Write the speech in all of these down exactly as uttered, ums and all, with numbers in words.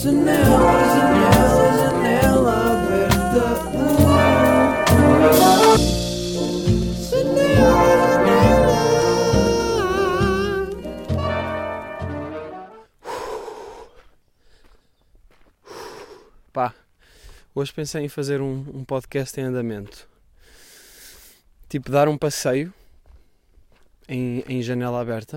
Janela, janela, janela aberta. Pá, hoje pensei em fazer um, um podcast em andamento. Tipo, dar um passeio em, em janela aberta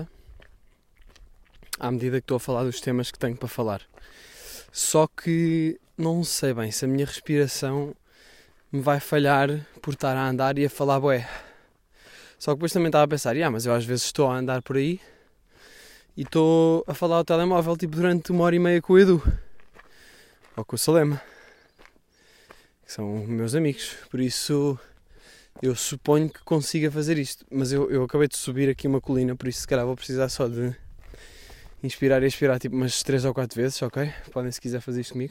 à medida que estou a falar dos temas que tenho para falar. Só que não sei bem se a minha respiração me vai falhar por estar a andar e a falar bué. Só que depois também estava a pensar, ah, mas eu às vezes estou a andar por aí e estou a falar ao telemóvel tipo durante uma hora e meia com o Edu ou com o Salema, que são meus amigos, por isso eu suponho que consiga fazer isto, mas eu, eu acabei de subir aqui uma colina, por isso se calhar vou precisar só de inspirar e expirar tipo umas três ou quatro vezes, ok? Podem se quiser fazer isto comigo.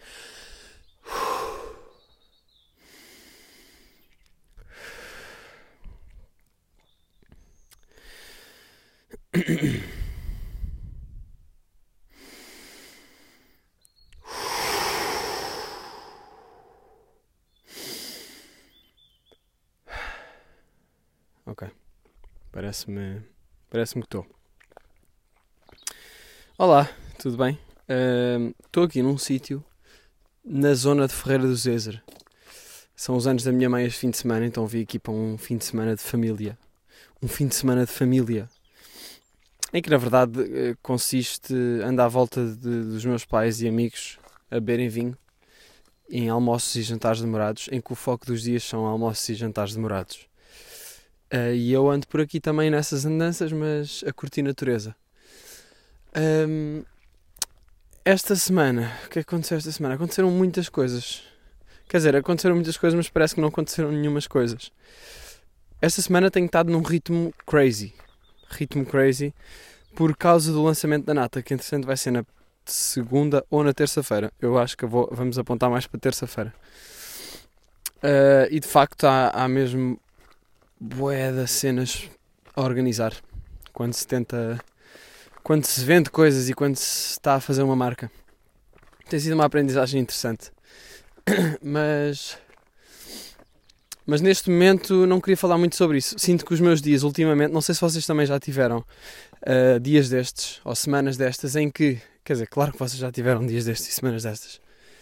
Ok, parece-me parece-me que estou. Olá, tudo bem? Estou uh, aqui num sítio na zona de Ferreira do Zezer. São os anos da minha mãe este fim de semana, então vim aqui para um fim de semana de família. Um fim de semana de família. Em que na verdade uh, consiste andar à volta de, dos meus pais e amigos a beberem vinho em almoços e jantares demorados, em que o foco dos dias são almoços e jantares demorados. Uh, e eu ando por aqui também nessas andanças, mas a curtir natureza. Um, esta semana, o que aconteceu esta semana? Aconteceram muitas coisas. Quer dizer, aconteceram muitas coisas, mas parece que não aconteceram nenhumas coisas. Esta semana tenho estado num ritmo crazy. Ritmo crazy por causa do lançamento da Nata, que entretanto vai ser na segunda ou na terça-feira. Eu acho que eu vou, vamos apontar mais para terça-feira. Uh, e de facto há, há mesmo bué de cenas a organizar quando se tenta, quando se vende coisas e quando se está a fazer uma marca. Tem sido uma aprendizagem interessante, mas mas neste momento não queria falar muito sobre isso. Sinto que os meus dias ultimamente, não sei se vocês também já tiveram uh, dias destes ou semanas destas em que, quer dizer, claro que vocês já tiveram dias destes e semanas destas,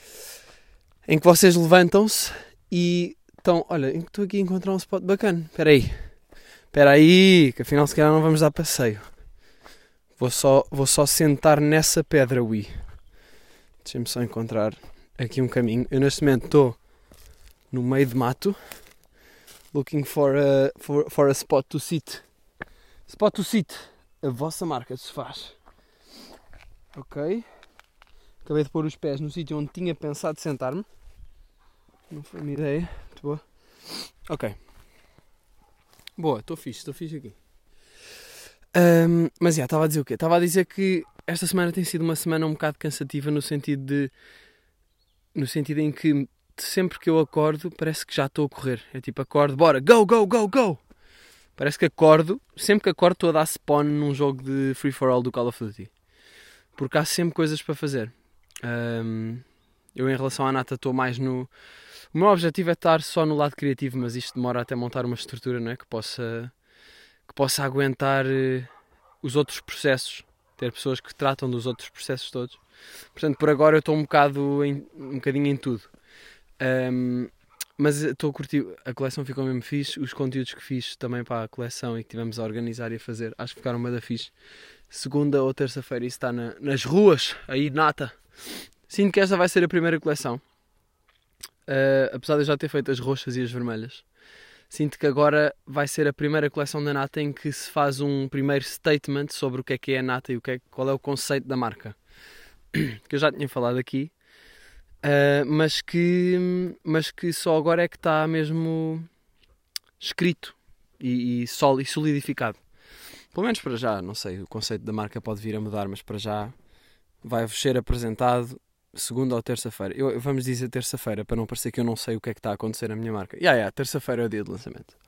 em que vocês levantam-se e então, olha, estou aqui a encontrar um spot bacana. Espera aí. Espera aí, que afinal se calhar não vamos dar passeio. Vou só, vou só sentar nessa pedra, ui. Deixem-me só encontrar aqui um caminho. Eu neste momento estou no meio de mato. Looking for a, for, for a spot to sit. Spot to sit. A vossa marca de sofás. Ok. Acabei de pôr os pés no sítio onde tinha pensado sentar-me. Não foi uma ideia. Muito boa. Ok. Boa, estou fixe, estou fixe aqui. Um, mas já, estava a dizer o quê? Estava a dizer que esta semana tem sido uma semana um bocado cansativa no sentido de... No sentido em que sempre que eu acordo parece que já estou a correr. É tipo, acordo, bora, go, go, go, go! Parece que acordo, sempre que acordo estou a dar spawn num jogo de free for all do Call of Duty. Porque há sempre coisas para fazer. Um, eu em relação à Nata estou mais no... O meu objetivo é estar só no lado criativo, mas isto demora até montar uma estrutura, não é? que, possa, que possa aguentar uh, os outros processos. Ter pessoas que tratam dos outros processos todos. Portanto, por agora eu estou um, bocado em, um bocadinho em tudo. Um, mas estou a curtir. A coleção ficou mesmo fixe. Os conteúdos que fiz também para a coleção e que tivemos a organizar e a fazer, acho que ficaram bem fixe. Segunda ou terça-feira isso está na, nas ruas, aí Nata. Sinto que esta vai ser a primeira coleção. Uh, apesar de eu já ter feito as roxas e as vermelhas, sinto que agora vai ser a primeira coleção da Nata em que se faz um primeiro statement sobre o que é que é a Nata e o que é, qual é o conceito da marca, que eu já tinha falado aqui, uh, mas, que, mas que só agora é que está mesmo escrito e, e, sol, e solidificado. Pelo menos para já, não sei, o conceito da marca pode vir a mudar, mas para já vai-vos ser apresentado segunda ou terça-feira. Eu, vamos dizer terça-feira, para não parecer que eu não sei o que é que está a acontecer na minha marca. Ya, yeah, yeah, terça-feira é o dia de lançamento.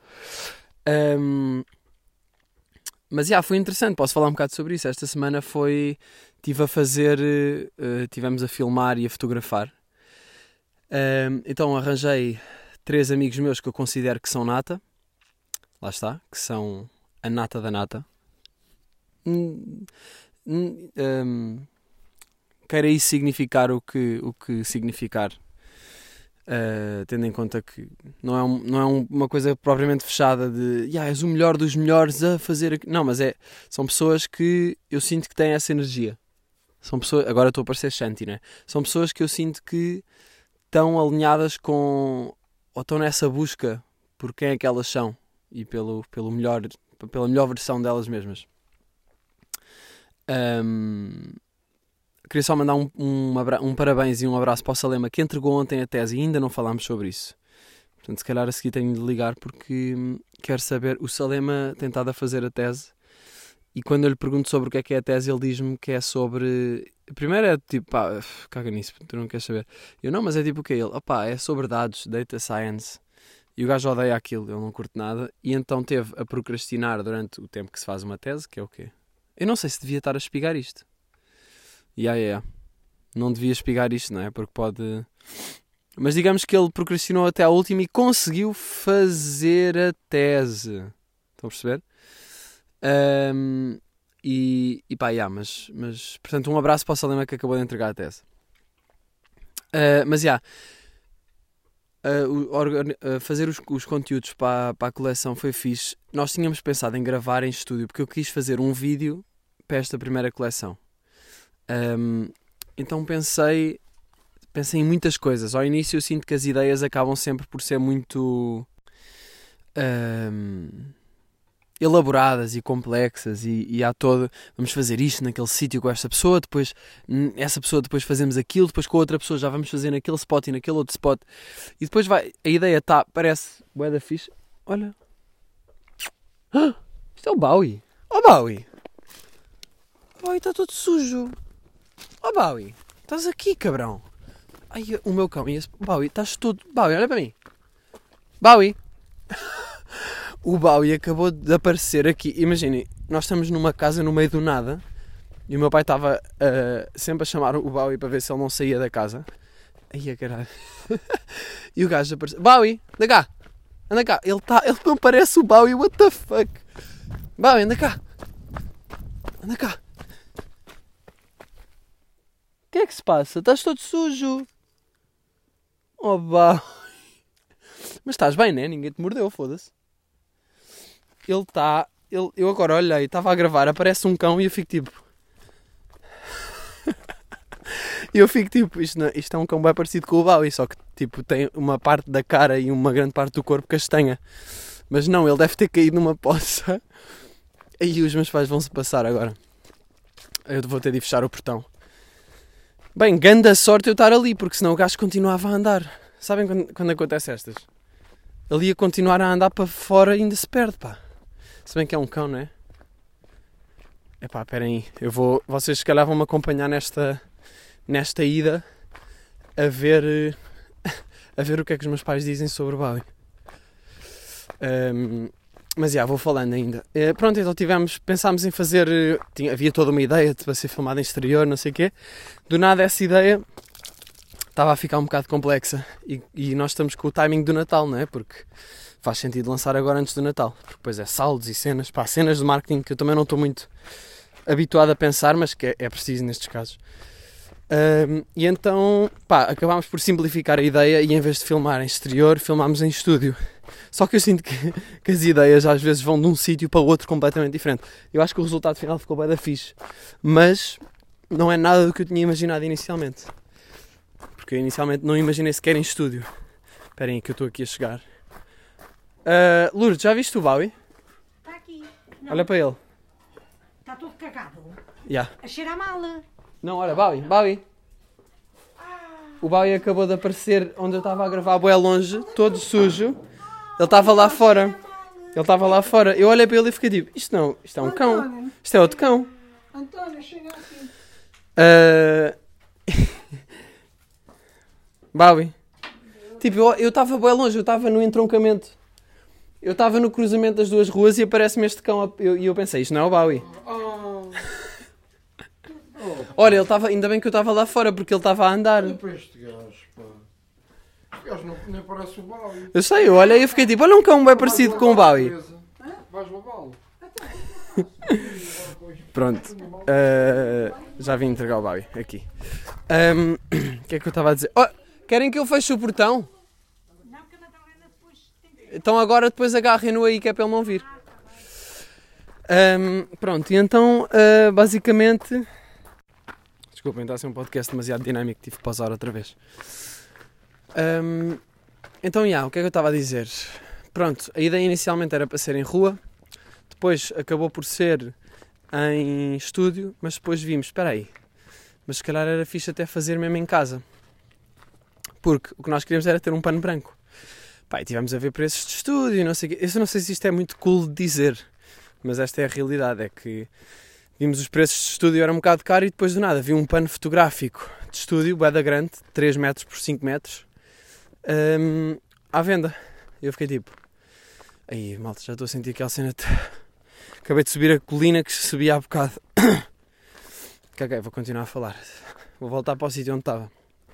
Um, mas, já, yeah, foi interessante. Posso falar um bocado sobre isso. Esta semana foi... estive a fazer, uh, tivemos a filmar e a fotografar. Um, então arranjei três amigos meus que eu considero que são nata. Lá está, que são a nata da nata. Um, um, queira isso significar o que, o que significar. Uh, tendo em conta que não é, um, não é um, uma coisa propriamente fechada de yeah, és o melhor dos melhores a fazer aqui. Não, mas é, são pessoas que eu sinto que têm essa energia. São pessoas, agora estou a parecer Shanti, né? São pessoas que eu sinto que estão alinhadas com, ou estão nessa busca por quem é que elas são e pelo, pelo melhor, pela melhor versão delas mesmas. Um, Queria só mandar um, um, abra- um parabéns e um abraço para o Salema, que entregou ontem a tese e ainda não falámos sobre isso. Portanto, se calhar a seguir tenho de ligar porque hum, quero saber. O Salema tem estado a fazer a tese e quando eu lhe pergunto sobre o que é que é a tese, ele diz-me que é sobre... Primeiro é tipo, pá, caga nisso, tu não queres saber. Eu não, mas é tipo o que é ele? Opá, é sobre dados, data science. E o gajo odeia aquilo, ele não curte nada. E então teve a procrastinar durante o tempo que se faz uma tese, que é o quê? Eu não sei se devia estar a espigar isto. Yeah, yeah. Não devia espigar isto, não é? Porque pode... Mas digamos que ele procrastinou até à última e conseguiu fazer a tese. Estão a perceber? Um, e, e pá, yeah, mas, mas... Portanto, um abraço para o Salema que acabou de entregar a tese. Uh, mas, já... Yeah, uh, organ... uh, fazer os, os conteúdos para, para a coleção foi fixe. Nós tínhamos pensado em gravar em estúdio porque eu quis fazer um vídeo para esta primeira coleção. Um, então pensei pensei em muitas coisas. Ao início eu sinto que as ideias acabam sempre por ser muito um, elaboradas e complexas e, e há todo, vamos fazer isto naquele sítio com esta pessoa, depois essa pessoa depois fazemos aquilo, depois com a outra pessoa já vamos fazer naquele spot e naquele outro spot e depois vai, a ideia está, parece bué da fixe. Olha, ah, isto é o Bowie. Oh Bowie, Bowie está todo sujo. Oh Bowie, estás aqui, cabrão. Ai, o meu cão. Esse... Bowie, estás todo... Bowie, olha para mim. Bowie. O Bowie acabou de aparecer aqui. Imaginem, nós estamos numa casa no meio do nada e o meu pai estava uh, sempre a chamar o Bowie para ver se ele não saía da casa. Ai, caralho. E o gajo apareceu. Bowie, anda cá. Anda cá. Ele, tá... ele não parece o Bowie. What the fuck? Bowie, anda cá. Anda cá. O que é que se passa? Estás todo sujo. Oh, Bowie. Mas estás bem, né? Ninguém te mordeu, foda-se. Ele está... Ele... Eu agora olhei, estava a gravar, aparece um cão e eu fico tipo... E eu fico tipo... Isto, não... Isto é um cão bem parecido com o Bowie, só que tipo tem uma parte da cara e uma grande parte do corpo castanha. Mas não, ele deve ter caído numa poça. Aí os meus pais vão se passar agora. Eu vou ter de fechar o portão. Bem, grande sorte eu estar ali, porque senão o gajo continuava a andar. Sabem quando, quando acontece estas? Ele ia continuar a andar para fora e ainda se perde, pá. Se bem que é um cão, não é? Epá, esperem aí. Eu vou... Vocês se calhar vão-me acompanhar nesta, nesta ida a ver, a ver o que é que os meus pais dizem sobre o Bowie. Um, mas já, vou falando ainda. Uh, pronto, então tivemos, pensámos em fazer... Uh, tinha, havia toda uma ideia de, para ser filmado em exterior, não sei o quê. Do nada essa ideia estava a ficar um bocado complexa. E, e nós estamos com o timing do Natal, não é? Porque faz sentido lançar agora antes do Natal. Porque depois é saldos e cenas. Pá, cenas de marketing que eu também não estou muito habituado a pensar, mas que é, é preciso nestes casos. Um, e então, pá, acabámos por simplificar a ideia e em vez de filmar em exterior, filmámos em estúdio. Só que eu sinto que, que as ideias às vezes vão de um sítio para o outro completamente diferente. Eu acho que o resultado final ficou bem da fixe, mas não é nada do que eu tinha imaginado inicialmente. Porque eu inicialmente não imaginei sequer em estúdio. Esperem aí que eu estou aqui a chegar. Uh, Lourdes, já viste o Bowie? Está aqui. Não. Olha para ele. Está todo cagado. Yeah. A cheirar mal. Não, olha, Bowie, Bowie. O Bowie acabou de aparecer onde eu estava a gravar, bué longe, todo sujo. Ele estava lá fora. Ele estava lá fora. Eu olhei para ele e fiquei tipo, isto não, isto é um cão. Isto é outro cão. António, chega aqui. Uh... Bowie. Tipo, eu estava bem longe, eu estava no entroncamento. Eu estava no cruzamento das duas ruas e aparece-me este cão. E eu, eu pensei, isto não é o Bowie. Oh. Olha, ele estava, ainda bem que eu estava lá fora, porque ele estava a andar. Olha para este gajo, pá. Este gajo não, nem parece o Bowie. Eu sei, eu olhei e fiquei tipo, olha um cão bem parecido com o Bowie. Vais lavá-lo. Pronto, uh, já vim entregar o Bowie, aqui. Um, O que é que eu estava a dizer? Oh, querem que eu feche o portão? Não, que a Madalena depois tem que... Então agora depois agarrem-no aí que é para ele não vir. Um, pronto, e então uh, basicamente... Desculpem, está a ser um podcast demasiado dinâmico, tive que pausar outra vez. Um, então, já, o que é que eu estava a dizer? Pronto, a ideia inicialmente era para ser em rua, depois acabou por ser em estúdio, mas depois vimos, espera aí, mas se calhar era fixe até fazer mesmo em casa. Porque o que nós queríamos era ter um pano branco. Pá, e tivemos a ver preços de estúdio e não sei o quê. Eu não sei se isto é muito cool de dizer, mas esta é a realidade, é que vimos os preços de estúdio, era um bocado caro e depois do nada vi um pano fotográfico de estúdio, bué da grande, três metros por cinco metros, um, à venda. E eu fiquei tipo, aí malta, já estou a sentir aquela cena de... Acabei de subir a colina que subi há bocado. Caguei, vou continuar a falar. Vou voltar para o sítio onde estava.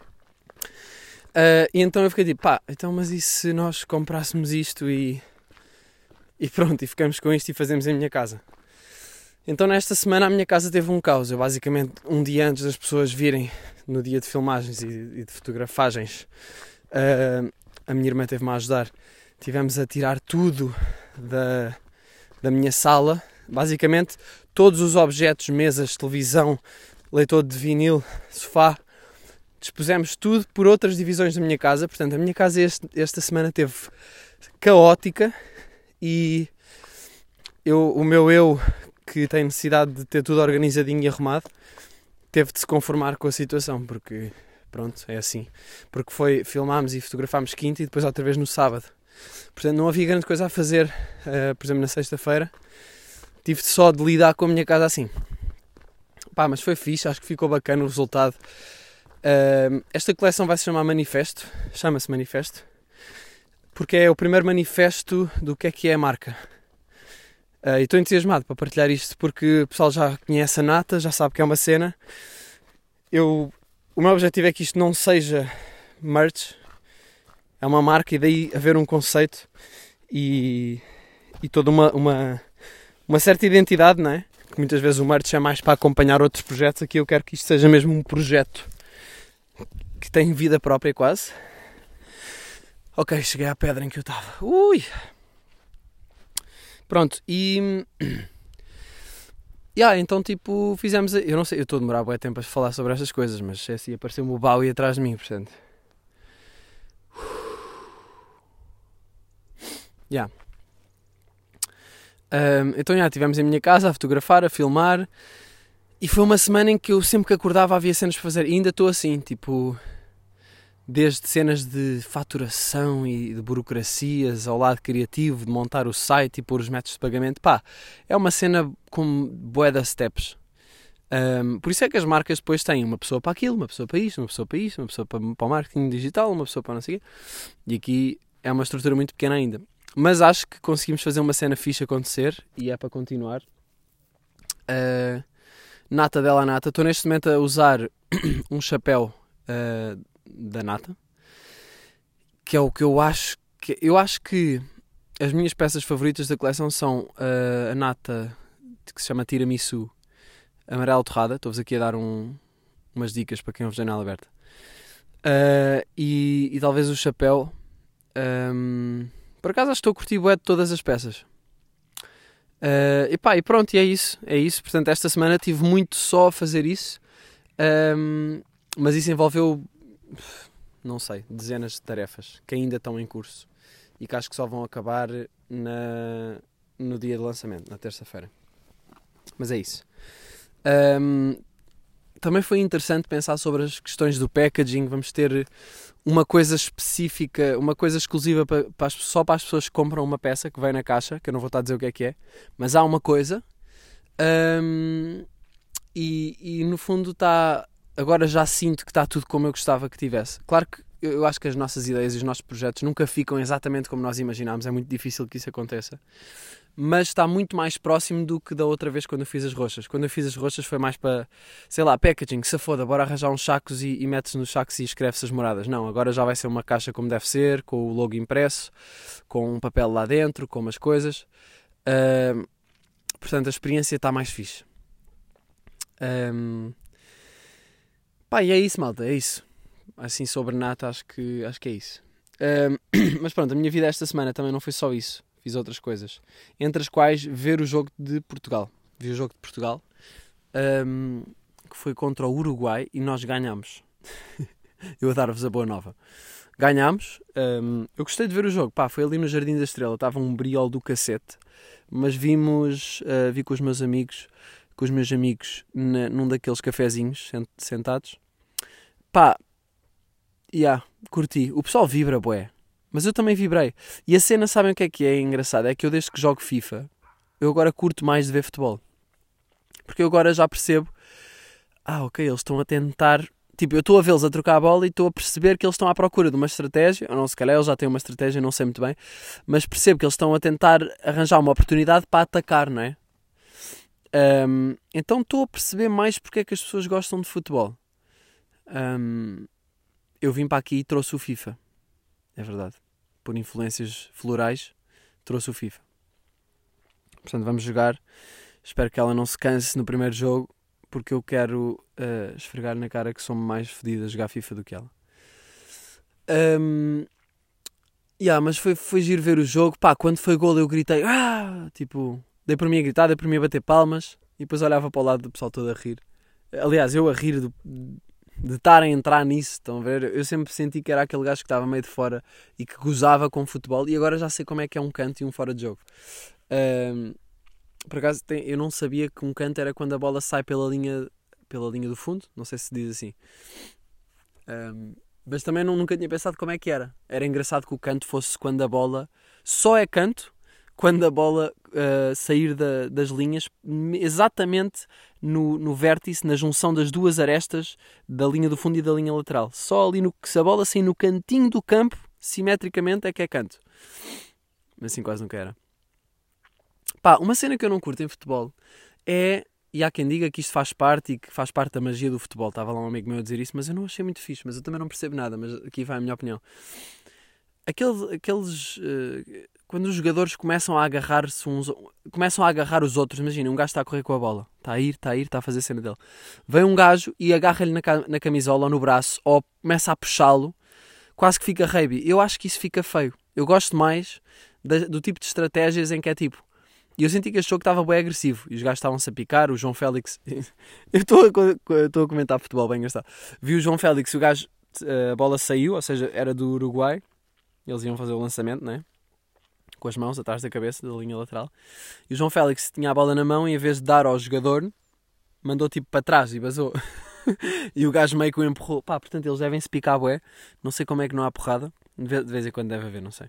Uh, e então eu fiquei tipo, pá, então mas e se nós comprássemos isto e... E pronto, e ficamos com isto e fazemos em minha casa. Então nesta semana a minha casa teve um caos. Eu basicamente, um dia antes das pessoas virem, no dia de filmagens e, e de fotografagens, uh, a minha irmã teve-me a ajudar. Tivemos a tirar tudo da, da minha sala. Basicamente todos os objetos, mesas, televisão, leitor de vinil, sofá, dispusemos tudo por outras divisões da minha casa. Portanto, a minha casa este, esta semana teve caótica e eu, o meu eu, que tem necessidade de ter tudo organizadinho e arrumado, teve de se conformar com a situação, porque pronto, é assim. Porque foi, filmámos e fotografámos quinta e depois outra vez no sábado. Portanto, não havia grande coisa a fazer, uh, por exemplo, na sexta-feira. Tive só de lidar com a minha casa assim. Pá, mas foi fixe, acho que ficou bacana o resultado. Uh, esta coleção vai se chamar Manifesto, chama-se Manifesto, porque é o primeiro manifesto do que é que é a marca. Uh, e estou entusiasmado para partilhar isto, porque o pessoal já conhece a Nata, já sabe que é uma cena. Eu, o meu objetivo é que isto não seja merch, é uma marca e daí haver um conceito e, e toda uma, uma, uma certa identidade, não é? Que muitas vezes o merch é mais para acompanhar outros projetos. Aqui eu quero que isto seja mesmo um projeto que tem vida própria quase. Ok, cheguei à pedra em que eu estava. Ui! Pronto, e... Yeah, então tipo, fizemos... Eu não sei, eu estou a demorar bué tempo a falar sobre estas coisas, mas é assim, apareceu-me o Bowie atrás de mim, portanto... Yeah. Um, então, já, estivemos em minha casa a fotografar, a filmar, e foi uma semana em que eu sempre que acordava havia cenas para fazer, e ainda estou assim, tipo, desde cenas de faturação e de burocracias ao lado criativo, de montar o site e pôr os métodos de pagamento, pá, é uma cena com bué de steps. Um, por isso é que as marcas depois têm uma pessoa para aquilo, uma pessoa para isto, uma pessoa para isto, uma pessoa para, para o marketing digital, uma pessoa para não sei o quê, e aqui é uma estrutura muito pequena ainda. Mas acho que conseguimos fazer uma cena fixe acontecer e é para continuar. Uh, nata dela Nata. Estou neste momento a usar um chapéu uh, da Nata, que é o que eu acho que... Eu acho que as minhas peças favoritas da coleção são uh, a Nata, que se chama Tiramisu, amarelo torrada. Estou-vos aqui a dar um, umas dicas para quem ouve Janela Aberta. Uh, e, e talvez o chapéu... Um, Por acaso acho que estou a curtir bué de todas as peças. Uh, e pá, e pronto, e é isso. É isso. Portanto, esta semana tive muito só a fazer isso. Um, mas isso envolveu, não sei, dezenas de tarefas que ainda estão em curso. E que acho que só vão acabar na, no dia de lançamento, na terça-feira. Mas é isso. Um, também foi interessante pensar sobre as questões do packaging. Vamos ter uma coisa específica, uma coisa exclusiva para, para as, só para as pessoas que compram uma peça que vem na caixa, que eu não vou estar a dizer o que é que é, mas há uma coisa. Um, e, e no fundo está, agora já sinto que está tudo como eu gostava que tivesse. Claro que eu acho que as nossas ideias e os nossos projetos nunca ficam exatamente como nós imaginámos, é muito difícil que isso aconteça. mas está muito mais próximo do que da outra vez quando eu fiz as roxas. Quando eu fiz as roxas foi mais para, sei lá, packaging, se foda, bora arranjar uns sacos e, e metes nos sacos e escreve-se as moradas. Não, agora já vai ser uma caixa como deve ser, com o logo impresso, com um papel lá dentro, com umas coisas. Uh, portanto, a experiência está mais fixe. Um, pá, e é isso, malta, é isso. Assim, sobre nata, acho que, acho que é isso. Um, mas pronto, a minha vida esta semana também não foi só isso. Fiz outras coisas. Entre as quais, ver o jogo de Portugal. Vi o jogo de Portugal, um, que foi contra o Uruguai, e nós ganhámos. Eu a dar-vos a boa nova. Ganhámos. Um, eu gostei de ver o jogo. Pá, foi ali no Jardim da Estrela. Estava um briol do cacete. Mas vimos, uh, vi com os meus amigos, com os meus amigos, na, num daqueles cafezinhos sentados. Pá, yeah, curti. O pessoal vibra, bué. Mas eu também vibrei. E a cena, sabem o que é que é engraçado? É que eu, desde que jogo FIFA, eu agora curto mais de ver futebol. Porque eu agora já percebo, ah, ok, eles estão a tentar... Tipo, eu estou a vê-los a trocar a bola e estou a perceber que eles estão à procura de uma estratégia. Ou não, se calhar eles já têm uma estratégia, não sei muito bem. Mas percebo que eles estão a tentar arranjar uma oportunidade para atacar, não é? Um, então estou a perceber mais porque é que as pessoas gostam de futebol. Um, eu vim para aqui e trouxe o FIFA. É verdade. Por influências florais, trouxe o FIFA. Portanto, vamos jogar. Espero que ela não se canse no primeiro jogo, porque eu quero uh, esfregar na cara que sou mais fedido a jogar FIFA do que ela. Um, yeah, mas foi, foi giro ver o jogo. Pá, quando foi gol eu gritei, ah! Tipo, dei por mim a gritar, dei por mim a bater palmas, e depois olhava para o lado do pessoal todo a rir. Aliás, eu a rir do... de estar a entrar nisso, estão a ver? Eu sempre senti que era aquele gajo que estava meio de fora e que gozava com futebol, e agora já sei como é que é um canto e um fora de jogo. Um, por acaso, tem, eu não sabia que um canto era quando a bola sai pela linha, pela linha do fundo, não sei se diz assim. Um, mas também não, nunca tinha pensado como é que era. Era engraçado que o canto fosse quando a bola... Só é canto quando a bola uh, sair da, das linhas exatamente no, no vértice, na junção das duas arestas da linha do fundo e da linha lateral. Só ali, no, se a bola sair no cantinho do campo, simetricamente, é que é canto. Mas assim quase nunca era. Pá, uma cena que eu não curto em futebol é, e há quem diga que isto faz parte e que faz parte da magia do futebol. Estava lá um amigo meu a dizer isso, mas eu não achei muito fixe, mas eu também não percebo nada, mas aqui vai a minha opinião. Aqueles... aqueles uh, quando os jogadores começam a agarrar-se uns, começam a agarrar os outros, imagina, um gajo está a correr com a bola, está a ir, está a ir, está a fazer a cena dele. Vem um gajo e agarra-lhe na, na camisola ou no braço, ou começa a puxá-lo, quase que fica rugby. Eu acho que isso fica feio. Eu gosto mais da, do tipo de estratégias em que é tipo... E eu senti que este jogo estava bem agressivo, e os gajos estavam-se a picar, o João Félix... eu estou a, estou a comentar futebol, bem engraçado. Vi o João Félix e o gajo, a bola saiu, ou seja, era do Uruguai, eles iam fazer o lançamento, não é? Com as mãos atrás da cabeça, da linha lateral. E o João Félix tinha a bola na mão e em vez de dar ao jogador, mandou tipo para trás e vazou. E o gajo meio que o empurrou. Pá, portanto eles devem se picar bué. Não sei como é que não há porrada. De vez em quando deve haver, não sei.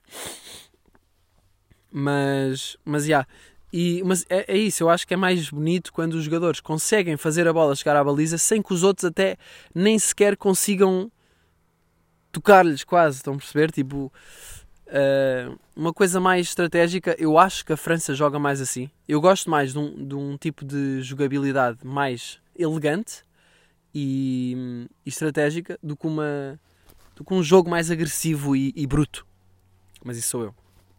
Mas, mas, já. Yeah. E, mas é, é isso, eu acho que é mais bonito quando os jogadores conseguem fazer a bola chegar à baliza sem que os outros até nem sequer consigam tocar-lhes quase, estão a perceber? Tipo... Uh, uma coisa mais estratégica, eu acho que a França joga mais assim. Eu gosto mais de um, de um tipo de jogabilidade mais elegante e, e estratégica do que, uma, do que um jogo mais agressivo e, e bruto. Mas isso sou eu.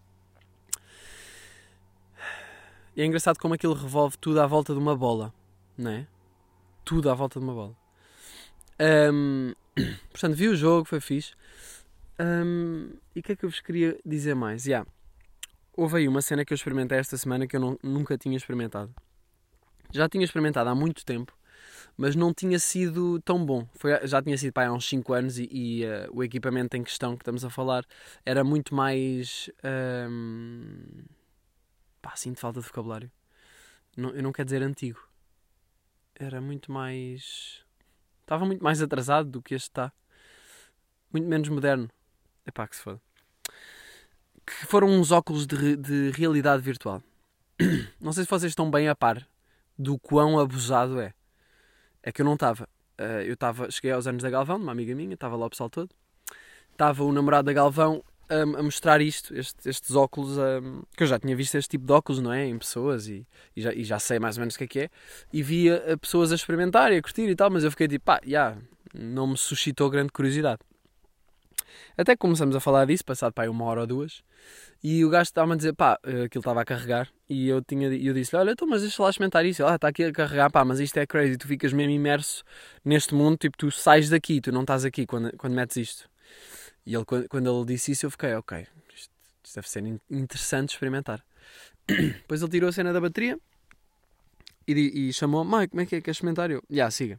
E é engraçado como aquilo revolve tudo à volta de uma bola, não é? Tudo à volta de uma bola. Um, portanto, vi o jogo, foi fixe. Um, e o que é que eu vos queria dizer mais? Yeah. Houve aí uma cena que eu experimentei esta semana que eu não, nunca tinha experimentado. Já tinha experimentado há muito tempo, mas não tinha sido tão bom. Foi, já tinha sido pá, há uns cinco anos e, e uh, o equipamento em questão que estamos a falar era muito mais... Um... Pá, sinto falta de vocabulário. Não, eu não quero dizer antigo. Era muito mais... Estava muito mais atrasado do que este está. Muito menos moderno. Epá, que se foda. Que foram uns óculos de, de realidade virtual. Não sei se vocês estão bem a par do quão abusado é. É que eu não estava. Uh, eu estava, cheguei aos anos da Galvão, de uma amiga minha, estava lá o pessoal todo. Estava o namorado da Galvão a, a mostrar isto, este, estes óculos, um, que eu já tinha visto este tipo de óculos, não é? Em pessoas e, e, já, e já sei mais ou menos o que é que é. E via a pessoas a experimentar e a curtir e tal, mas eu fiquei tipo, pá, já, yeah, não me suscitou grande curiosidade. Até que começamos a falar disso, passado pá, uma hora ou duas, e o gajo estava-me a dizer, pá, aquilo estava a carregar, e eu, tinha, eu disse-lhe, olha, então, mas deixa lá experimentar isso. Ele, ah, está aqui a carregar, pá, mas isto é crazy, tu ficas mesmo imerso neste mundo, tipo, tu sais daqui, tu não estás aqui quando, quando metes isto. E ele, quando, quando ele disse isso, eu fiquei, ok, isto, isto deve ser interessante experimentar. Depois ele tirou a cena da bateria, e, e chamou, mãe, como é que é, queres experimentar? Eu, já, yeah, siga.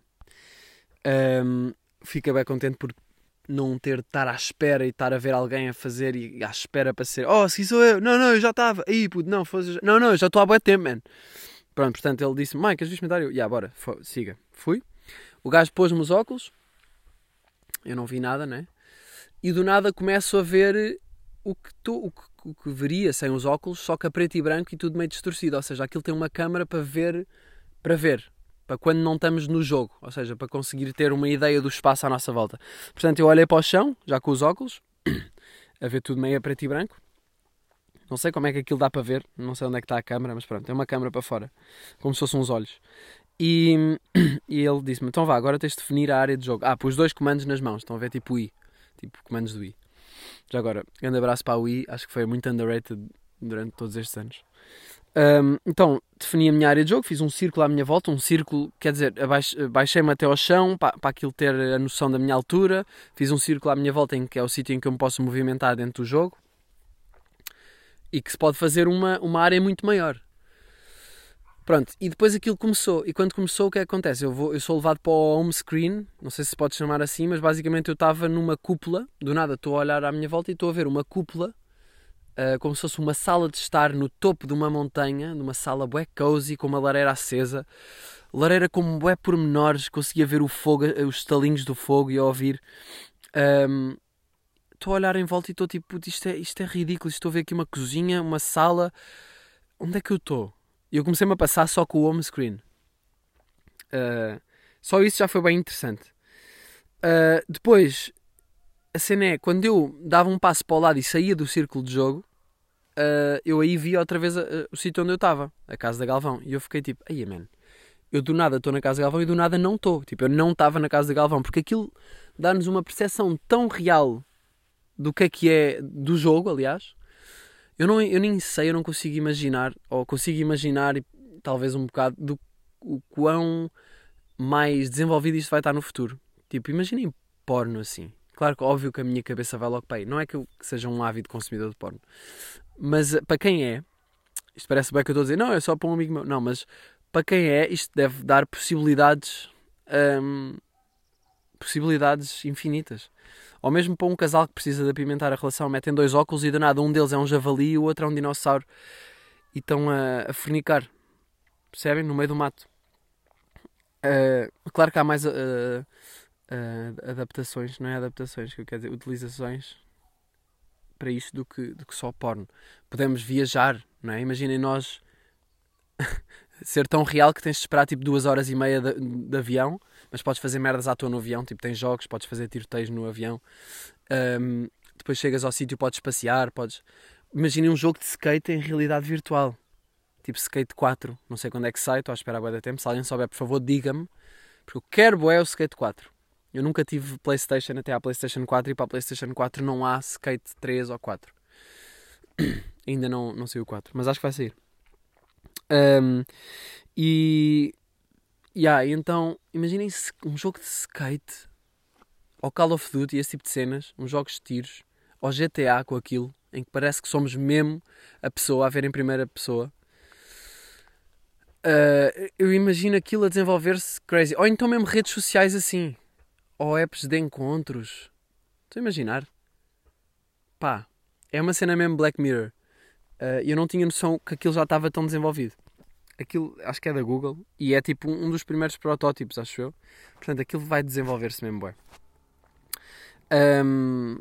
Um, fica bem contente porque não ter de estar à espera e estar a ver alguém a fazer e à espera para ser, oh, se sou eu, não, não, eu já estava, aí puto, não, fosse, não, não, eu já estou há bué tempo, man. Pronto, portanto ele disse, mãe, queres experimentar? Eu, já, yeah, bora, F- siga. Fui, o gajo pôs-me os óculos, eu não vi nada, né? E do nada começo a ver o que, tu, o que, o que veria sem os óculos, só que a preto e branco e tudo meio distorcido, ou seja, aquilo tem uma câmara para ver, para ver. Para quando não estamos no jogo, ou seja, para conseguir ter uma ideia do espaço à nossa volta. Portanto, eu olhei para o chão, já com os óculos, a ver tudo meio a preto e branco. Não sei como é que aquilo dá para ver, não sei onde é que está a câmera, mas pronto, tem uma câmera para fora, como se fossem uns olhos. E, e ele disse-me, então vá, agora tens de definir a área de jogo. Ah, pus dois comandos nas mãos, estão a ver tipo Wii, tipo comandos do Wii. Já agora, grande abraço para a Wii, acho que foi muito underrated durante todos estes anos. Um, então, defini a minha área de jogo, fiz um círculo à minha volta, um círculo, quer dizer, baixei-me até ao chão, para, para aquilo ter a noção da minha altura, fiz um círculo à minha volta, em que é o sítio em que eu me posso movimentar dentro do jogo, e que se pode fazer uma, uma área muito maior. Pronto, e depois aquilo começou, e quando começou o que é que acontece? Eu, vou, eu sou levado para o home screen, não sei se se pode chamar assim, mas basicamente eu estava numa cúpula, do nada estou a olhar à minha volta e estou a ver uma cúpula, Uh, como se fosse uma sala de estar no topo de uma montanha, numa sala bué cozy, com uma lareira acesa, lareira com bué pormenores, conseguia ver o fogo, os estalinhos do fogo e a ouvir. Um, estou a olhar em volta e estou tipo, isto é, isto é ridículo, estou a ver aqui uma cozinha, uma sala, onde é que eu estou? E eu comecei-me a passar só com o home screen. Uh, só isso já foi bem interessante. Uh, depois, a cena é, quando eu dava um passo para o lado e saía do círculo de jogo, Uh, eu aí vi outra vez a, a, o sítio onde eu estava, a casa da Galvão, e eu fiquei tipo, ai man, eu do nada estou na casa da Galvão e do nada não estou, tipo, eu não estava na casa da Galvão, porque aquilo dá-nos uma percepção tão real do que é que é, do jogo, aliás, eu, não, eu nem sei, eu não consigo imaginar, ou consigo imaginar, talvez um bocado, do o quão mais desenvolvido isto vai estar no futuro. Tipo, imaginem porno assim. Claro que óbvio que a minha cabeça vai logo para aí, não é que eu seja um ávido consumidor de porno, mas para quem é, isto parece bem que eu estou a dizer, não, é só para um amigo meu. Não, mas para quem é, isto deve dar possibilidades, hum, possibilidades infinitas. Ou mesmo para um casal que precisa de apimentar a relação, metem dois óculos e do nada um deles é um javali e o outro é um dinossauro e estão a, a fornicar, percebem? No meio do mato. Uh, claro que há mais uh, uh, adaptações, não é adaptações, que eu quero dizer, utilizações para isto do que, do que só porno. Podemos viajar, não é? Imaginem nós ser tão real que tens de esperar tipo duas horas e meia de, de avião, mas podes fazer merdas à toa no avião, tipo tens jogos, podes fazer tiroteios no avião. Um, depois chegas ao sítio, podes passear, podes... Imaginem um jogo de skate em realidade virtual. Tipo Skate quatro, não sei quando é que sai, estou à espera há bué de tempo. Se alguém souber, por favor, diga-me, porque eu quero bué o Skate quatro. Eu nunca tive PlayStation até à PlayStation quatro e para a PlayStation quatro não há Skate três ou quatro. Ainda não, não sei o quatro, mas acho que vai sair. Um, e yeah, então, imaginem um jogo de skate, ou Call of Duty, esse tipo de cenas, uns jogos de tiros, ou G T A com aquilo, em que parece que somos mesmo a pessoa a ver em primeira pessoa. Uh, eu imagino aquilo a desenvolver-se crazy. Ou então mesmo redes sociais assim. Ou apps de encontros. Estou a imaginar. Pá, é uma cena mesmo Black Mirror. Uh, eu não tinha noção que aquilo já estava tão desenvolvido. Aquilo, acho que é da Google. E é tipo um dos primeiros protótipos, acho eu. Portanto, aquilo vai desenvolver-se mesmo bué. Um,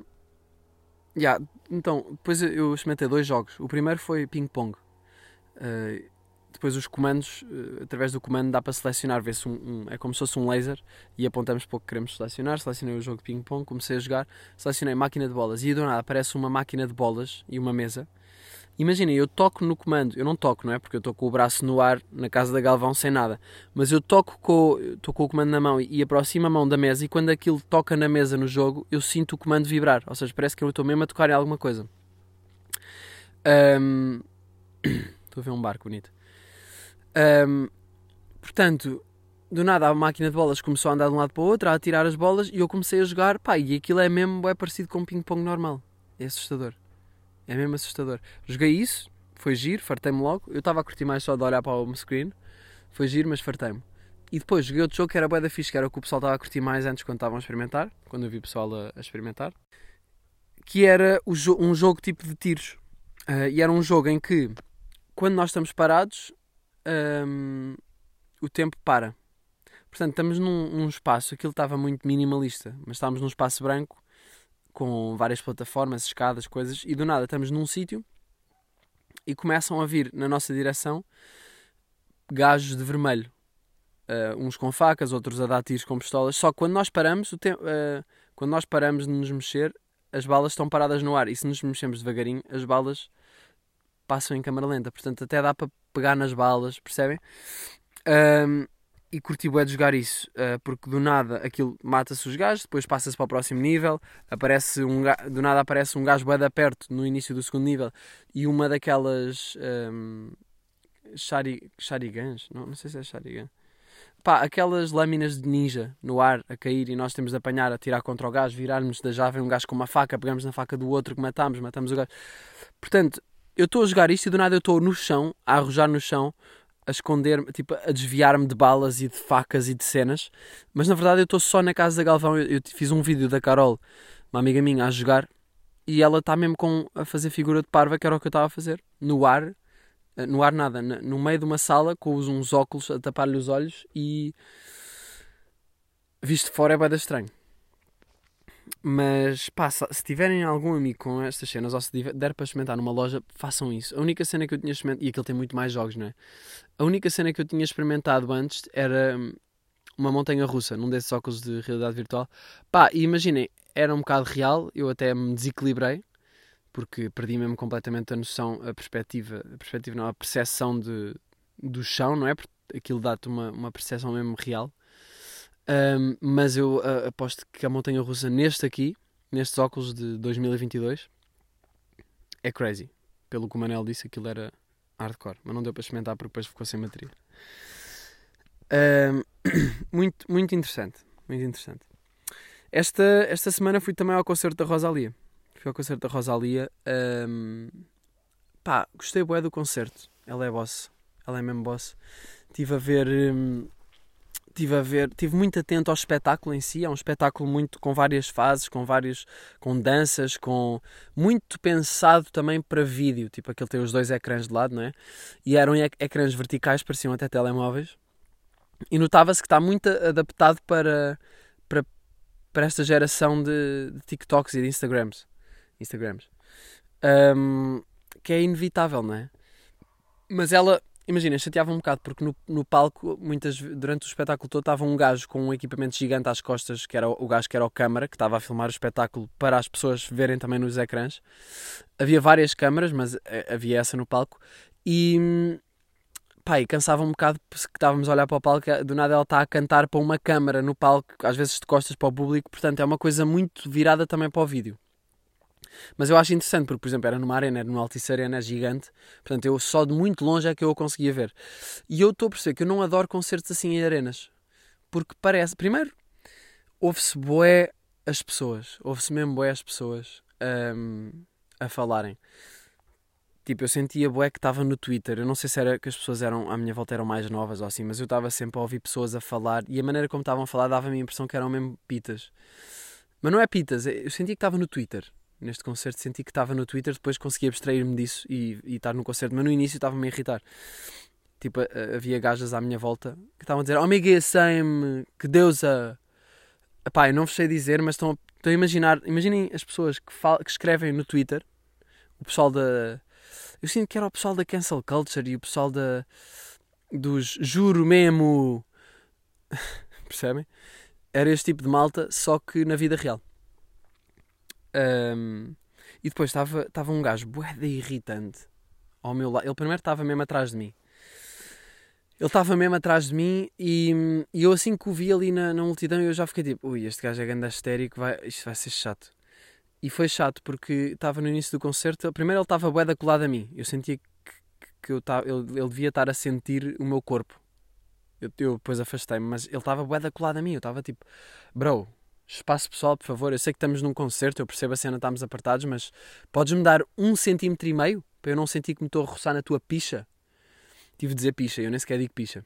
yeah, então, depois eu experimentei dois jogos. O primeiro foi ping-pong. Uh, depois os comandos, uh, através do comando dá para selecionar, vê-se um, um, é como se fosse um laser e apontamos para o que queremos selecionar. Selecionei o jogo de ping-pong, comecei a jogar, selecionei máquina de bolas e do nada aparece uma máquina de bolas e uma mesa. Imaginem, eu toco no comando, eu não toco, não é? Porque eu estou com o braço no ar, na casa da Galvão, sem nada. Mas eu toco com, estou com o comando na mão e aproximo a mão da mesa e quando aquilo toca na mesa no jogo, eu sinto o comando vibrar. Ou seja, parece que eu estou mesmo a tocar em alguma coisa. Um... Estou a ver um barco bonito. Um... Portanto, do nada a máquina de bolas começou a andar de um lado para o outro, a atirar as bolas e eu comecei a jogar. Pá, e aquilo é mesmo é parecido com um ping-pong normal. É assustador. É mesmo assustador. Joguei isso, foi giro, fartei-me logo. Eu estava a curtir mais só de olhar para o home screen. Foi giro, mas fartei-me. E depois joguei outro jogo que era bué da fixe, que era o que o pessoal estava a curtir mais antes quando estavam a experimentar. Quando eu vi o pessoal a, a experimentar. Que era o jo- um jogo tipo de tiros. Uh, e era um jogo em que, quando nós estamos parados, um, o tempo para. Portanto, estamos num, num espaço, aquilo estava muito minimalista, mas estávamos num espaço branco, com várias plataformas, escadas, coisas, e do nada estamos num sítio e começam a vir na nossa direção gajos de vermelho. Uh, uns com facas, outros a dar tiros com pistolas. Só que quando nós paramos, o te- uh, quando nós paramos de nos mexer, as balas estão paradas no ar. E se nos mexemos devagarinho, as balas passam em câmara lenta. Portanto, até dá para pegar nas balas, percebem? Um, E curti bué de jogar isso, uh, porque do nada aquilo mata-se os gajos, depois passa-se para o próximo nível, aparece um ga... do nada aparece um gajo bué de perto no início do segundo nível e uma daquelas um, shari... sharigans, não, não sei se é sharigan, pá, aquelas lâminas de ninja no ar a cair e nós temos de apanhar, a tirar contra o gajo, virarmos da já vem um gajo com uma faca, pegamos na faca do outro que matamos, matamos o gajo. Portanto, eu estou a jogar isto e do nada eu estou no chão, a arrojar no chão, a esconder-me, tipo, a desviar-me de balas e de facas e de cenas, mas na verdade eu estou só na casa da Galvão. Eu, eu fiz um vídeo da Carol, uma amiga minha, a jogar, e ela está mesmo com, a fazer figura de parva, que era o que eu estava a fazer, no ar, no ar nada, no meio de uma sala, com uns óculos a tapar-lhe os olhos, e visto de fora é bué da estranho. Mas pá, se tiverem algum amigo com estas cenas ou se der para experimentar numa loja, façam isso. A única cena que eu tinha experimentado, e aquilo tem muito mais jogos, não é? A única cena que eu tinha experimentado antes era uma montanha russa, num desses óculos de realidade virtual. Pá, e imaginem, era um bocado real, eu até me desequilibrei, porque perdi mesmo completamente a noção, a perspectiva, a perspectiva não, a percepção de, do chão, não é? Porque aquilo dá-te uma, uma percepção mesmo real. Um, mas eu uh, aposto que a montanha russa neste aqui, nestes óculos de dois mil e vinte e dois, é crazy. Pelo que o Manel disse, aquilo era hardcore, mas não deu para experimentar porque depois ficou sem bateria. Um, muito, muito interessante, muito interessante. Esta, esta semana fui também ao concerto da Rosalía. Fui ao concerto da Rosalía. Um, pá, gostei bué do concerto. Ela é boss, ela é mesmo boss. Estive a ver... Um, Estive a ver, estive muito atento ao espetáculo em si. É um espetáculo muito com várias fases, com vários, com danças, com muito pensado também para vídeo. Tipo, aquele tem os dois ecrãs de lado, não é? E eram ecrãs verticais, pareciam até telemóveis. E notava-se que está muito adaptado para, para, para esta geração de, de TikToks e de Instagrams. Instagrams. Um, que é inevitável, não é? Mas ela... Imagina, chateava um bocado porque no, no palco, muitas, durante o espetáculo todo, estava um gajo com um equipamento gigante às costas, que era o, o gajo que era o câmara, que estava a filmar o espetáculo para as pessoas verem também nos ecrãs. Havia várias câmaras, mas havia essa no palco. E, pá, e cansava um bocado porque estávamos a olhar para o palco, do nada ela está a cantar para uma câmara no palco, às vezes de costas para o público, portanto é uma coisa muito virada também para o vídeo. Mas eu acho interessante porque, por exemplo, era numa arena, era numa Altice Arena, é gigante. Portanto, eu só de muito longe é que eu a conseguia ver. E eu estou a perceber que eu não adoro concertos assim em arenas. Porque parece... Primeiro, ouve-se bué as pessoas. Ouve-se mesmo bué as pessoas um, a falarem. Tipo, eu sentia bué que estava no Twitter. Eu não sei se era que as pessoas eram, à minha volta eram mais novas ou assim, mas eu estava sempre a ouvir pessoas a falar. E a maneira como estavam a falar dava-me a impressão que eram mesmo pitas. Mas não é pitas. Eu sentia que estava no Twitter. Neste concerto senti que estava no Twitter, depois consegui abstrair-me disso e, e estar no concerto, mas no início estava-me a irritar. Tipo, havia gajas à minha volta que estavam a dizer: oh Miguel, Sam, que Deus a... Epá, eu não vos sei dizer, mas estão a, estão a imaginar, imaginem as pessoas que, fal, que escrevem no Twitter, o pessoal da, Eu sinto que era o pessoal da cancel culture e o pessoal da, dos juro mesmo. Percebem? Era este tipo de malta, só que na vida real. Um, e depois estava um gajo bué de irritante ao meu lado. Ele primeiro estava mesmo atrás de mim. Ele estava mesmo atrás de mim e, e eu assim que o vi ali na, na multidão eu já fiquei tipo, ui, este gajo é ganda histérico, vai, isto vai ser chato. E foi chato porque estava no início do concerto, primeiro ele estava bué da colado a mim. Eu sentia que, que eu tava, ele, ele devia estar a sentir o meu corpo. Eu, eu depois afastei-me, mas ele estava bué da colado a mim. Eu estava tipo, bro, espaço pessoal, por favor. Eu sei que estamos num concerto, eu percebo a cena, estamos apertados, mas podes-me dar um centímetro e meio para eu não sentir que me estou a roçar na tua picha? Tive de dizer picha, eu nem sequer digo picha.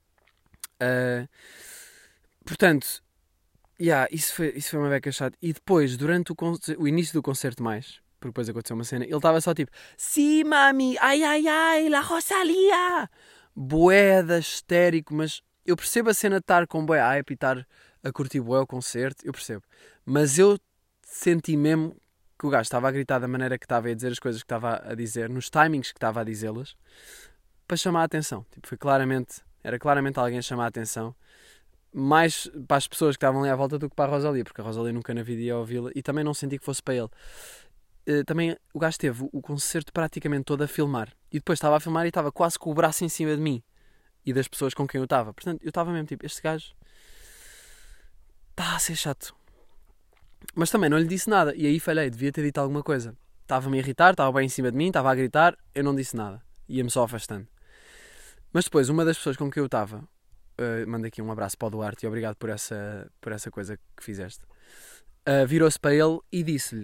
Uh, portanto, yeah, isso, foi, isso foi uma beca chata. E depois, durante o, o início do concerto mais, porque depois aconteceu uma cena, ele estava só tipo, sim, mami, ai, ai, ai, la Rosalia. Boeda, histérico, mas eu percebo a cena de estar com bué hype e estar a curtir bué o concerto, eu percebo. Mas eu senti mesmo que o gajo estava a gritar da maneira que estava a dizer as coisas que estava a dizer, nos timings que estava a dizê-las, para chamar a atenção. Tipo, foi claramente, era claramente alguém a chamar a atenção, mais para as pessoas que estavam ali à volta do que para a Rosalia, porque a Rosalia nunca na vida ia ouvi-la e também não senti que fosse para ele. Uh, também o gajo teve o concerto praticamente todo a filmar e depois estava a filmar e estava quase com o braço em cima de mim e das pessoas com quem eu estava. Portanto, eu estava mesmo tipo, este gajo está a ser chato. Mas também não lhe disse nada e aí falhei, devia ter dito alguma coisa. Estava-me a irritar, estava bem em cima de mim, estava a gritar, eu não disse nada. Ia-me só afastando. Mas depois, uma das pessoas com quem eu estava, uh, mando aqui um abraço para o Duarte e obrigado por essa, por essa coisa que fizeste, uh, virou-se para ele e disse-lhe,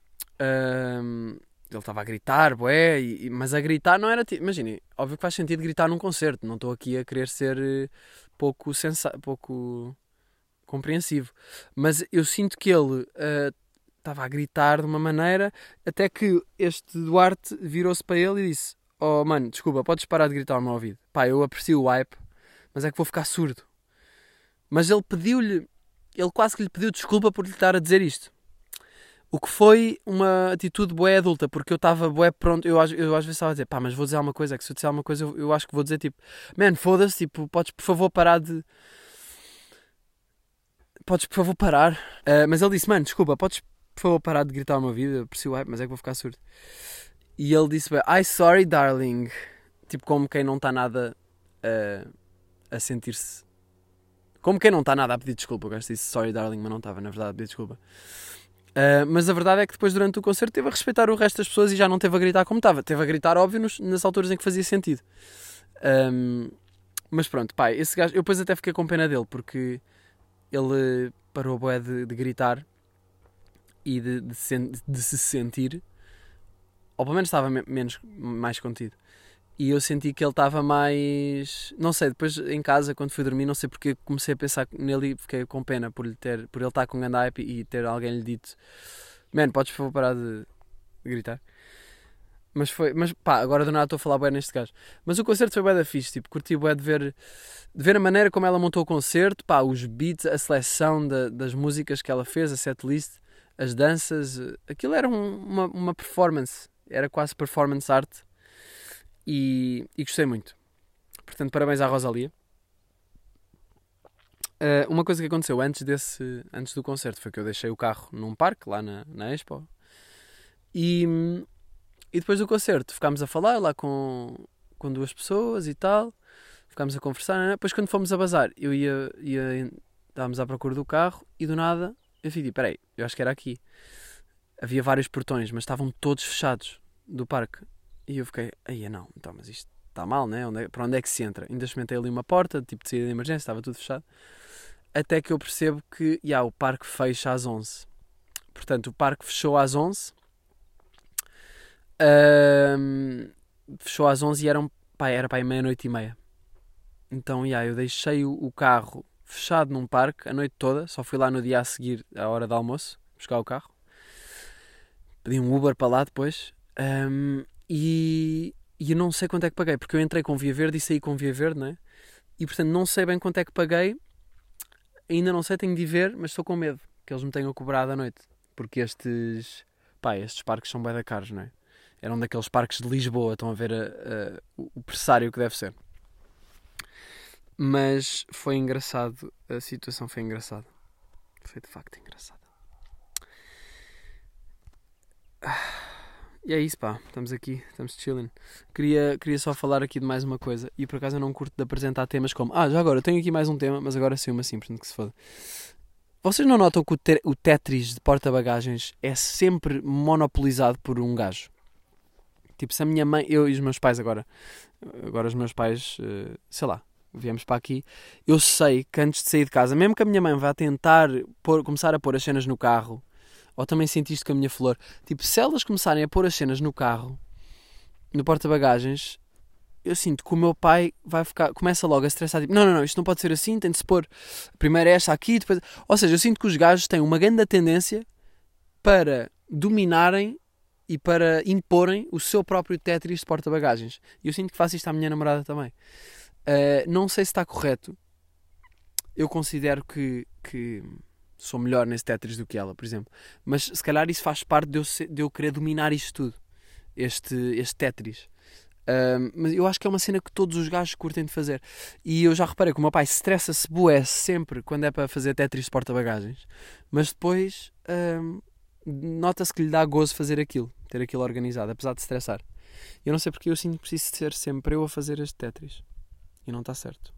uh, ele estava a gritar, bué, e, mas a gritar não era, tipo, imagine, óbvio que faz sentido gritar num concerto, não estou aqui a querer ser uh, pouco, sensa- pouco compreensivo, mas eu sinto que ele uh, estava a gritar de uma maneira, até que este Duarte virou-se para ele e disse, oh mano, desculpa, podes parar de gritar ao meu ouvido. Pá, eu aprecio o hype, mas é que vou ficar surdo. Mas ele pediu-lhe, ele quase que lhe pediu desculpa por lhe estar a dizer isto. O que foi uma atitude bué adulta, porque eu estava bué pronto, eu, eu às vezes estava a dizer, pá, mas vou dizer alguma coisa, é que se eu disser alguma coisa eu, eu acho que vou dizer tipo, man, foda-se, tipo, podes por favor parar de... Podes por favor parar. Uh, mas ele disse, mano, desculpa, podes por favor parar de gritar ao meu ouvido, eu aprecio o hype, mas é que vou ficar surdo. E ele disse, ai, sorry, darling. Tipo, como quem não está nada uh, a sentir-se... Como quem não está nada a pedir desculpa. Eu gosto de dizer sorry, darling, mas não estava, na verdade, a pedir desculpa. Uh, mas a verdade é que depois, durante o concerto, teve a respeitar o resto das pessoas e já não teve a gritar como estava. Teve a gritar, óbvio, nos, nas alturas em que fazia sentido. Um, mas pronto, pá, esse gajo... Eu depois até fiquei com pena dele, porque ele parou bué de, de gritar e de, de, sen, de se sentir... Ou pelo menos estava menos, mais contido. E eu senti que ele estava mais... Não sei, depois em casa, quando fui dormir, não sei porque comecei a pensar nele e fiquei com pena por, lhe ter, por ele estar com um grande hype e ter alguém lhe dito, man, podes por favor parar de, de gritar. Mas foi... Mas pá, agora do nada estou a falar bem neste caso. Mas o concerto foi bué da fixe, tipo, curti bué de ver, de ver a maneira como ela montou o concerto, pá, os beats, a seleção da, das músicas que ela fez, a setlist, as danças, aquilo era um, uma, uma performance. Era quase performance art e, e gostei muito. Portanto, parabéns à Rosalia. Uh, uma coisa que aconteceu antes, desse, antes do concerto foi que eu deixei o carro num parque, lá na, na Expo. E, e depois do concerto ficámos a falar lá com, com duas pessoas e tal. Ficámos a conversar. Né? Depois quando fomos a bazar, eu ia, ia, estávamos à procura do carro e do nada eu fiquei, peraí, eu acho que era aqui. Havia vários portões, mas estavam todos fechados do parque. E eu fiquei, aí não, então, mas isto está mal, né? Onde é, para onde é que se entra? Ainda experimentei ali uma porta, tipo de saída de emergência, estava tudo fechado. Até que eu percebo que, yeah, o parque fecha às onze. Portanto, o parque fechou às onze. Um, fechou às onze e eram, pá, era para aí meia-noite e meia. Então, yeah, eu deixei o, o carro fechado num parque a noite toda. Só fui lá no dia a seguir, à hora do almoço, buscar o carro. Pedi um Uber para lá depois. Um, e, e eu não sei quanto é que paguei, porque eu entrei com Via Verde e saí com Via Verde, né? E portanto não sei bem quanto é que paguei. Ainda não sei, tenho de ir ver, mas estou com medo que eles me tenham cobrado à noite. Porque estes, pá, estes parques são bué da caros, não é? Era um daqueles parques de Lisboa, estão a ver a, a, o pressário que deve ser. Mas foi engraçado, a situação foi engraçada. Foi de facto engraçada. E é isso, pá, estamos aqui, estamos chilling. Queria, queria só falar aqui de mais uma coisa. E por acaso eu não curto de apresentar temas como ah, já agora, eu tenho aqui mais um tema, mas agora sim uma simples, que se foda. Vocês não notam que o, ter, o Tetris de porta-bagagens é sempre monopolizado por um gajo? Tipo, se a minha mãe, eu e os meus pais agora, agora os meus pais, sei lá, viemos para aqui, eu sei que antes de sair de casa, mesmo que a minha mãe vá tentar pôr, começar a pôr as cenas no carro, ou também senti isto com a minha flor, tipo, se elas começarem a pôr as cenas no carro, no porta-bagagens, eu sinto que o meu pai vai ficar, começa logo a estressar, tipo, não, não, não, isto não pode ser assim, tem de se pôr primeiro esta aqui, depois... Ou seja, eu sinto que os gajos têm uma grande tendência para dominarem e para imporem o seu próprio Tetris de porta-bagagens. E eu sinto que faço isto à minha namorada também. Uh, não sei se está correto. Eu considero que, que sou melhor nesse Tetris do que ela, por exemplo. Mas se calhar isso faz parte de eu, ser, de eu querer dominar isto tudo. Este, este Tetris. Uh, mas eu acho que é uma cena que todos os gajos curtem de fazer. E eu já reparei que o meu pai estressa-se bué sempre quando é para fazer Tetris de porta-bagagens. Mas depois uh, nota-se que lhe dá gozo fazer aquilo. Ter aquilo organizado, apesar de estressar. Eu não sei porque eu sinto que preciso ser sempre eu a fazer este Tetris. E não está certo.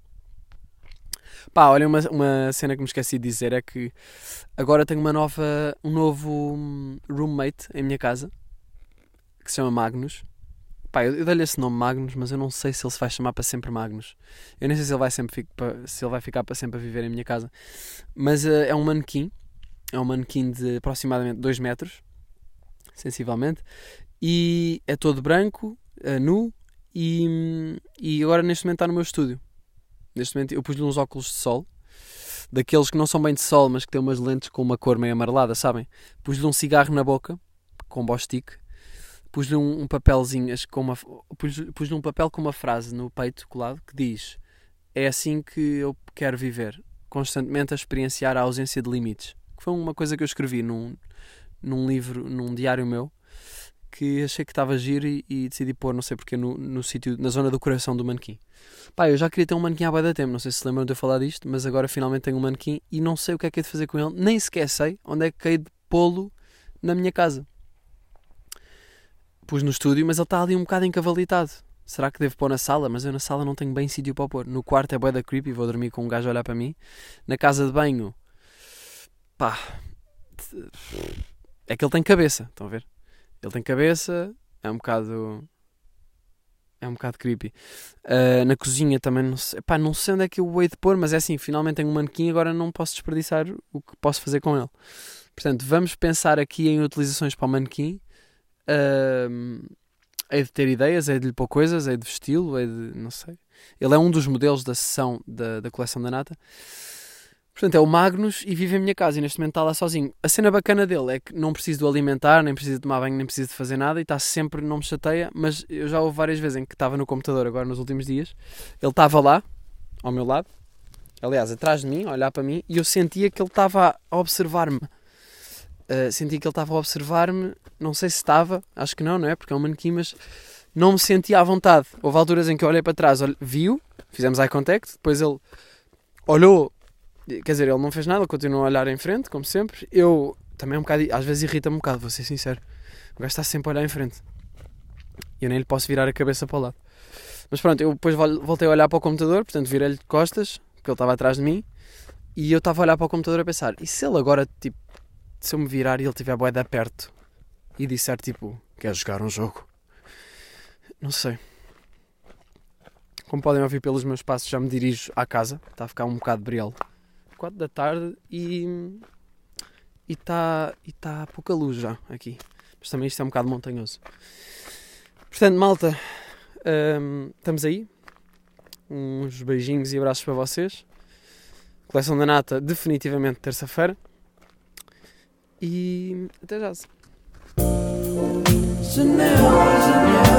Pá, olha, uma, uma cena que me esqueci de dizer é que agora tenho uma nova, um novo roommate em minha casa que se chama Magnus. Pá, eu, eu dei-lhe esse nome Magnus, mas eu não sei se ele se vai chamar para sempre Magnus. Eu nem sei se ele vai, sempre, se ele vai ficar para sempre a viver em minha casa. Mas uh, é um manequim. É um manequim de aproximadamente dois metros. Sensivelmente. E é todo branco, uh, nu. E, e agora neste momento está no meu estúdio. Neste momento eu pus-lhe uns óculos de sol, daqueles que não são bem de sol, mas que têm umas lentes com uma cor meio amarelada, sabem? Pus-lhe um cigarro na boca, com Bostick. Pus-lhe um, um papelzinho, com uma, pus-lhe, pus-lhe um papel com uma frase no peito colado que diz: é assim que eu quero viver, constantemente a experienciar a ausência de limites. Que foi uma coisa que eu escrevi num, num livro, num diário meu, que achei que estava giro e, e decidi pôr, não sei porque, no, no sítio, na zona do coração do manequim. Pá, eu já queria ter um manequim há bué de tempo, não sei se se lembram de eu falar disto, mas agora finalmente tenho um manequim e não sei o que é que é de fazer com ele, nem sequer sei onde é que é de pô-lo na minha casa. Pus no estúdio, mas ele está ali um bocado encavalitado. Será que devo pôr na sala? Mas eu na sala não tenho bem sítio para pôr. No quarto é bué da creepy, vou dormir com um gajo a olhar para mim. Na casa de banho, pá, é que ele tem cabeça, estão a ver? Ele tem cabeça, é um bocado... É um bocado creepy. Uh, na cozinha também não sei... Pá, não sei onde é que eu vou de pôr, mas é assim, finalmente tenho um manequim, agora não posso desperdiçar o que posso fazer com ele. Portanto, vamos pensar aqui em utilizações para o manequim. Uh, hei de ter ideias, hei de lhe pôr coisas, hei de vesti-lo, hei de... não sei. Ele é um dos modelos da sessão da, da coleção da Nata. Portanto, é o Magnus e vive em minha casa e neste momento está lá sozinho. A cena bacana dele é que não preciso de o alimentar, nem preciso de tomar banho, nem preciso de fazer nada e está sempre, não me chateia, mas eu já houve várias vezes em que estava no computador agora nos últimos dias, ele estava lá, ao meu lado, aliás, atrás de mim, a olhar para mim, e eu sentia que ele estava a observar-me. Uh, sentia que ele estava a observar-me, não sei se estava, acho que não, não é? Porque é um manequim, mas não me sentia à vontade. Houve alturas em que eu olhei para trás, viu, fizemos eye contact, depois ele olhou. Quer dizer, ele não fez nada, ele continuou a olhar em frente, como sempre. Eu também um bocado, às vezes irrita-me um bocado, vou ser sincero. O gajo está sempre a olhar em frente. E eu nem lhe posso virar a cabeça para o lado. Mas pronto, eu depois voltei a olhar para o computador, portanto virei-lhe de costas, porque ele estava atrás de mim. E eu estava a olhar para o computador a pensar, e se ele agora, tipo, se eu me virar e ele estiver bué de perto e disser, tipo, quer jogar um jogo? Não sei. Como podem ouvir pelos meus passos, já me dirijo à casa. Está a ficar um bocado briel. quatro da tarde e e está e tá pouca luz já aqui, mas também isto é um bocado montanhoso. Portanto, malta, hum, estamos aí, uns beijinhos e abraços para vocês. Coleção da Nata definitivamente terça-feira e até já. Janela, janela.